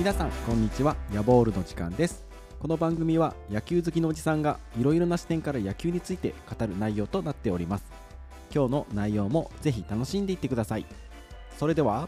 皆さんこんにちは。ヤボールの時間です。この番組は野球好きのおじさんがいろいろな視点から野球について語る内容となっております。今日の内容もぜひ楽しんでいってください。それでは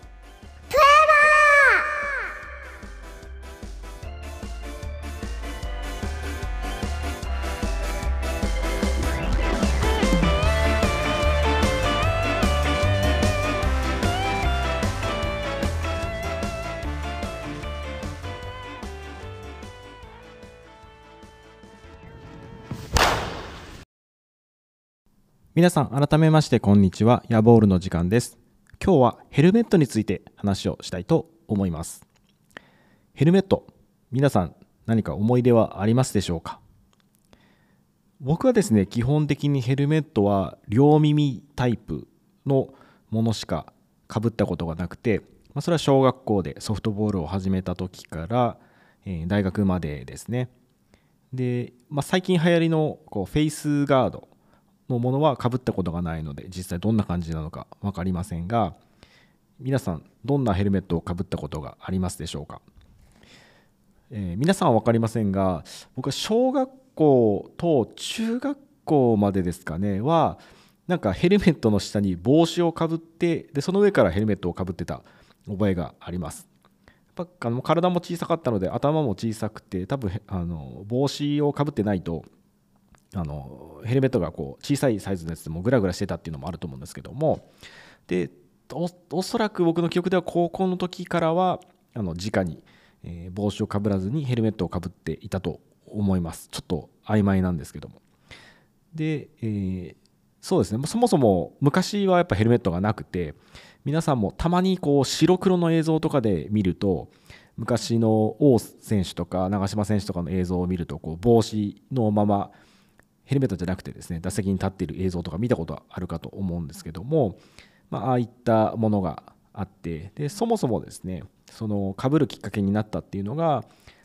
皆さん改めましてこんにちは。ヤボールの時間です。今日はヘルメットについて話をしたいと思います。ヘルメット、皆さん何か思い出はありますでしょうか？僕はですね、基本的にヘルメットは両耳タイプのものしか被ったことがなくて、それは小学校でソフトボールを始めた時から、大学までですね。で、最近流行りのフェイスガードのものは被ったことがないので実際どんな感じなのか分かりませんが、皆さんどんなヘルメットを被ったことがありますでしょうか？皆さんは分かりませんが、僕は小学校と中学校までですかねはなんかヘルメットの下に帽子をかぶって、でその上からヘルメットをかぶってた覚えがあります。やっぱ体も小さかったので頭も小さくて、多分帽子をかぶってないとヘルメットが小さいサイズのやつでもグラグラしてたっていうのもあると思うんですけども、で おそらく僕の記憶では高校の時からは直に、帽子をかぶらずにヘルメットをかぶっていたと思います。ちょっと曖昧なんですけども。で、そうですね、そもそも昔はやっぱヘルメットがなくて、皆さんもたまに白黒の映像とかで見ると、昔の王選手とか長嶋選手とかの映像を見ると帽子のままヘルメットじゃなくてですね、打席に立っている映像とか見たことあるかと思うんですけども、ああいったものがあって、でそもそもですね、その被るきっかけになったっていうのが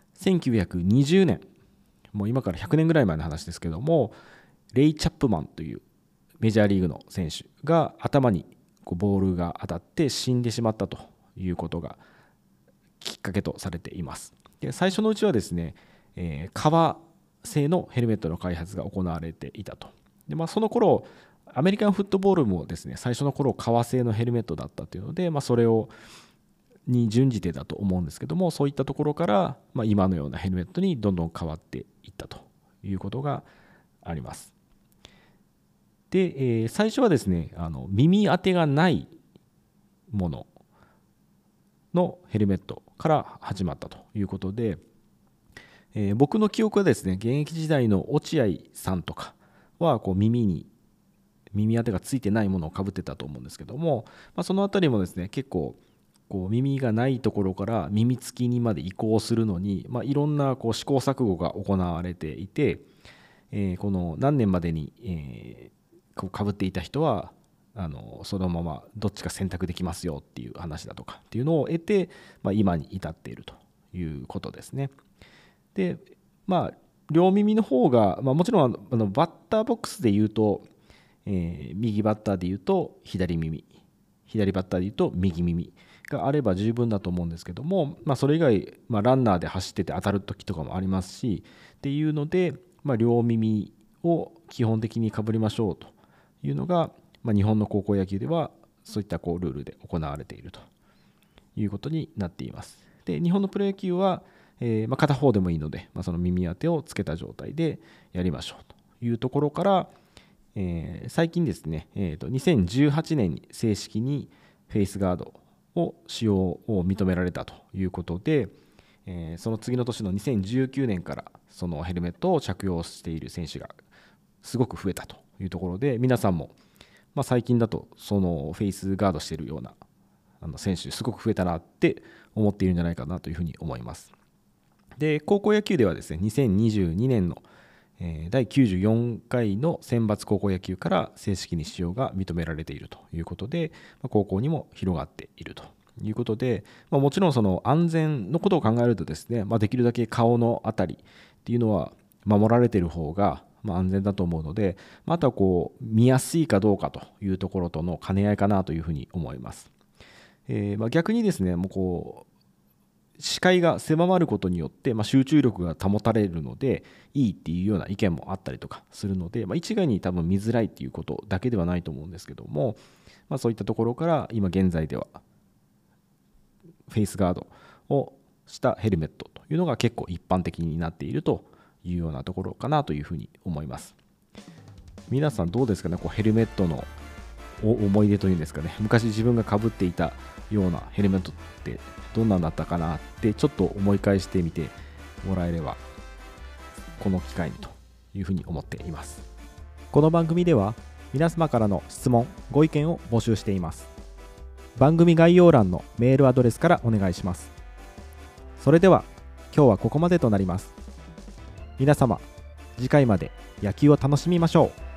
1920年、もう今から100年ぐらい前の話ですけども、レイ・チャップマンというメジャーリーグの選手が頭にボールが当たって死んでしまったということがきっかけとされています。で最初のうちはですね、革製のヘルメットの開発が行われていたと。で、その頃アメリカンフットボールもですね、最初の頃革製のヘルメットだったというので、それに準じてだと思うんですけども、そういったところから、今のようなヘルメットにどんどん変わっていったということがあります。で、最初はですね、耳当てがないもののヘルメットから始まったということで、僕の記憶はですね、現役時代の落合さんとかは耳に耳当てがついてないものをかぶってたと思うんですけども、そのあたりもですね、結構耳がないところから耳付きにまで移行するのに、いろんな試行錯誤が行われていて、この何年までにかぶっていた人はそのままどっちか選択できますよっていう話だとかっていうのを得て、今に至っているということですね。で両耳の方が、もちろんバッターボックスで言うと、右バッターで言うと左耳、左バッターで言うと右耳があれば十分だと思うんですけども、それ以外、ランナーで走ってて当たる時とかもありますしっていうので、両耳を基本的にかぶりましょうというのが、日本の高校野球ではそういったルールで行われているということになっています。で、日本のプロ野球は片方でもいいので、その耳当てをつけた状態でやりましょうというところから、最近ですね、2018年に正式にフェイスガードを使用を認められたということで、その次の年の2019年からそのヘルメットを着用している選手がすごく増えたというところで、皆さんも、最近だとそのフェイスガードしているような選手すごく増えたなって思っているんじゃないかなというふうに思います。で、高校野球ではですね、2022年の第94回の選抜高校野球から正式に使用が認められているということで、高校にも広がっているということで、もちろんその安全のことを考えるとですね、できるだけ顔のあたりっていうのは守られている方が安全だと思うので、あとは見やすいかどうかというところとの兼ね合いかなというふうに思います。逆にですね、もう視界が狭まることによって、集中力が保たれるのでいいっていうような意見もあったりとかするので、一概に多分見づらいっていうことだけではないと思うんですけども、そういったところから今現在ではフェイスガードをしたヘルメットというのが結構一般的になっているというようなところかなというふうに思います。皆さんどうですかね、ヘルメットの思い出というんですかね、昔自分が被っていたようなヘルメットってどんなんだったかなってちょっと思い返してみてもらえればこの機会にというふうに思っています。この番組では皆様からの質問ご意見を募集しています。番組概要欄のメールアドレスからお願いします。それでは今日はここまでとなります。皆様次回まで野球を楽しみましょう。